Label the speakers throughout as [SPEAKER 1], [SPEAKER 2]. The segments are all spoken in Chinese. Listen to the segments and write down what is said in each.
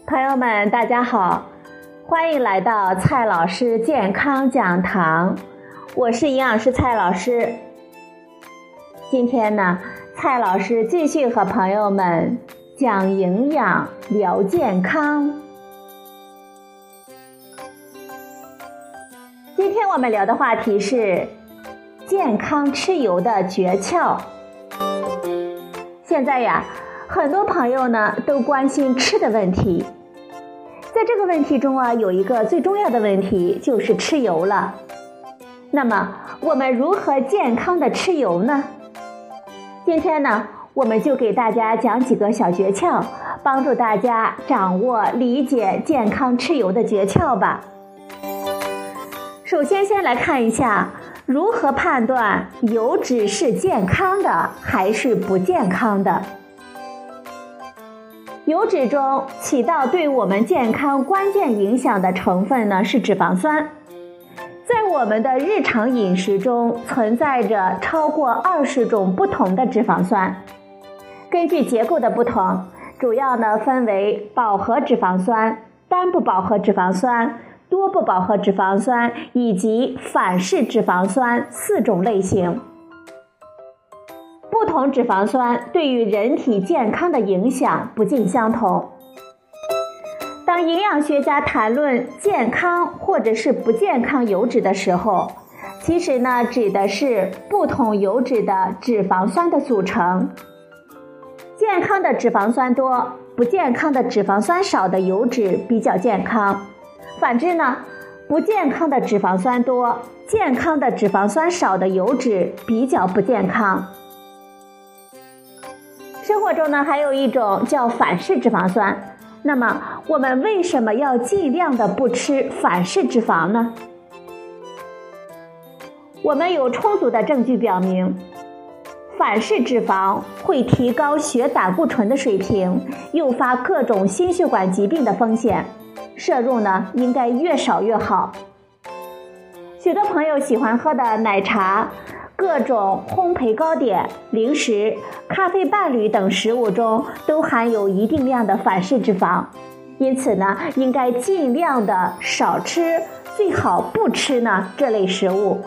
[SPEAKER 1] 朋友们大家好，欢迎来到蔡老师健康讲堂，我是营养师蔡老师。今天呢，蔡老师继续和朋友们讲营养聊健康。今天我们聊的话题是健康吃油的诀窍。现在呀，很多朋友呢都关心吃的问题，在这个问题中啊，有一个最重要的问题就是吃油了。那么我们如何健康的吃油呢？今天呢，我们就给大家讲几个小诀窍，帮助大家掌握理解健康吃油的诀窍吧。首先来看一下如何判断油脂是健康的还是不健康的。油脂中起到对我们健康关键影响的成分呢是脂肪酸。在我们的日常饮食中存在着超过20种不同的脂肪酸，根据结构的不同，主要呢分为饱和脂肪酸、单不饱和脂肪酸、多不饱和脂肪酸以及反式脂肪酸4种类型。不同脂肪酸对于人体健康的影响不尽相同。当营养学家谈论健康或者是不健康油脂的时候，其实呢指的是不同油脂的脂肪酸的组成。健康的脂肪酸多，不健康的脂肪酸少的油脂比较健康。反之呢，不健康的脂肪酸多，健康的脂肪酸少的油脂比较不健康。生活中呢，还有一种叫反式脂肪酸。那么我们为什么要尽量的不吃反式脂肪呢？我们有充足的证据表明，反式脂肪会提高血胆固醇的水平，诱发各种心血管疾病的风险，摄入呢应该越少越好。许多朋友喜欢喝的奶茶、各种烘焙糕点、零食、咖啡伴侣等食物中都含有一定量的反式脂肪，因此呢，应该尽量的少吃，最好不吃呢这类食物。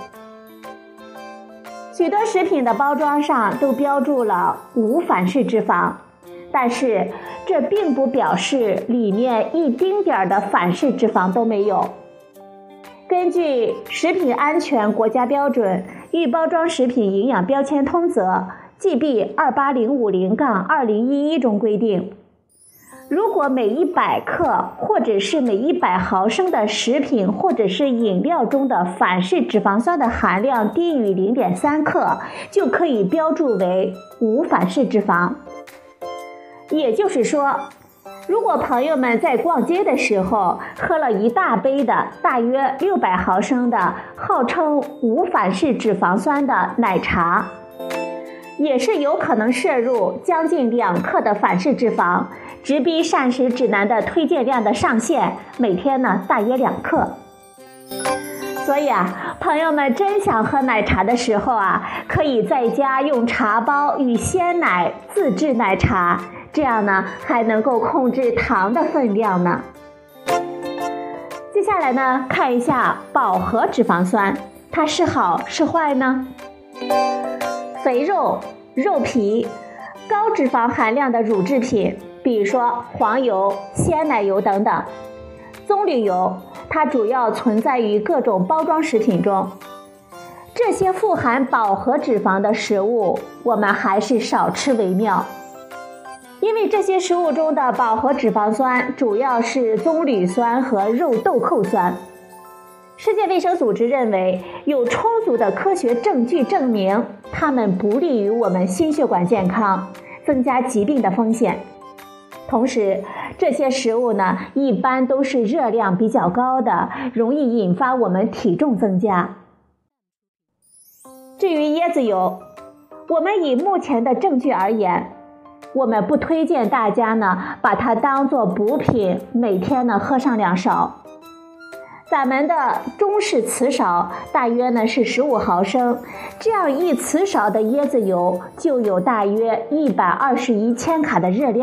[SPEAKER 1] 许多食品的包装上都标注了无反式脂肪，但是这并不表示里面一丁点的反式脂肪都没有。根据食品安全国家标准预包装食品营养标签通则 GB 28050-2011中规定，如果每100克或者是每100毫升的食品或者是饮料中的反式脂肪酸的含量低于 0.3 克，就可以标注为无反式脂肪。也就是说，如果朋友们在逛街的时候喝了一大杯的大约600毫升的号称无反式脂肪酸的奶茶，也是有可能摄入将近2克的反式脂肪，直逼膳食指南的推荐量的上限，每天呢大约2克。所以啊，朋友们真想喝奶茶的时候啊，可以在家用茶包与鲜奶自制奶茶，这样呢还能够控制糖的分量呢。接下来呢，看一下饱和脂肪酸，它是好是坏呢？肥肉、肉皮、高脂肪含量的乳制品，比如说黄油、鲜奶油等等。棕榈油它主要存在于各种包装食品中。这些富含饱和脂肪的食物，我们还是少吃为妙。因为这些食物中的饱和脂肪酸主要是棕榈酸和肉豆蔻酸。世界卫生组织认为，有充足的科学证据证明它们不利于我们心血管健康，增加疾病的风险。同时，这些食物呢，一般都是热量比较高的，容易引发我们体重增加。至于椰子油，我们以目前的证据而言，我们不推荐大家呢把它当作补品，每天呢喝上2勺。咱们的中式瓷勺大约呢是15毫升，这样1瓷勺的椰子油就有大约121千卡的热量，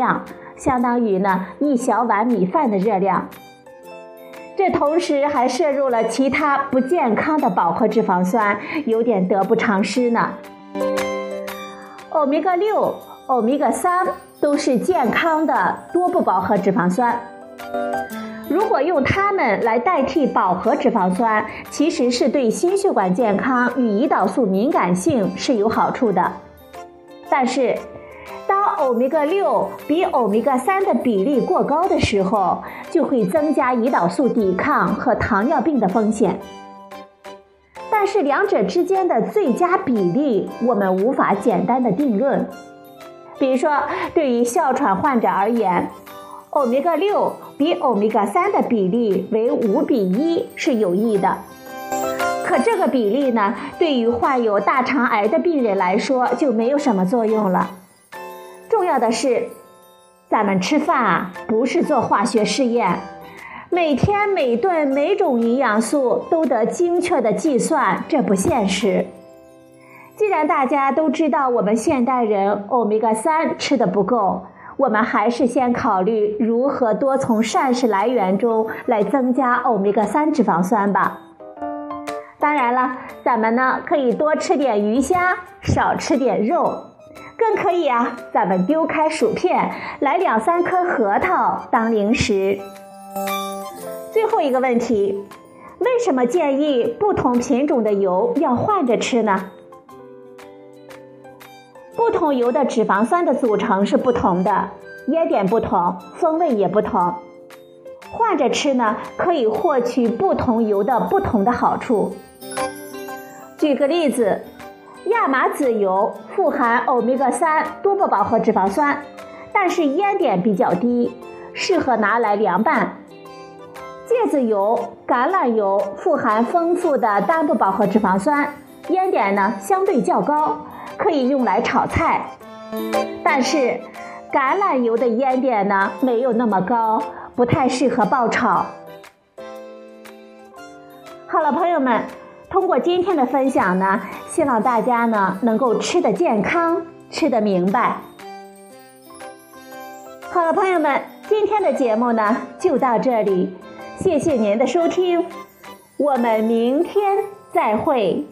[SPEAKER 1] 相当于呢1小碗米饭的热量。这同时还摄入了其他不健康的饱和脂肪酸，有点得不偿失呢。欧米伽6、欧米伽3都是健康的多不饱和脂肪酸。如果用它们来代替饱和脂肪酸，其实是对心血管健康与胰岛素敏感性是有好处的。但是，当欧米伽6比欧米伽3的比例过高的时候，就会增加胰岛素抵抗和糖尿病的风险。但是两者之间的最佳比例，我们无法简单的定论。比如说，对于哮喘患者而言，欧米伽6比欧米伽3的比例为5:1是有益的。可这个比例呢，对于患有大肠癌的病人来说就没有什么作用了。重要的是，咱们吃饭啊，不是做化学试验，每天每顿每种营养素都得精确的计算，这不现实。既然大家都知道我们现代人欧米伽3吃的不够，我们还是先考虑如何多从膳食来源中来增加欧米伽3脂肪酸吧。当然了，咱们呢可以多吃点鱼虾，少吃点肉，更可以啊，咱们丢开薯片，来2、3颗核桃当零食。最后一个问题，为什么建议不同品种的油要换着吃呢？不同油的脂肪酸的组成是不同的，烟点不同，风味也不同。换着吃呢，可以获取不同油的不同的好处。举个例子，亚麻籽油富含欧米伽3多不饱和脂肪酸，但是烟点比较低，适合拿来凉拌。芥子油、橄榄油富含丰富的单不饱和脂肪酸，烟点呢相对较高，可以用来炒菜。但是橄榄油的烟点呢没有那么高，不太适合爆炒。好了，朋友们，通过今天的分享呢，希望大家呢能够吃得健康，吃得明白。好了，朋友们，今天的节目呢就到这里，谢谢您的收听，我们明天再会。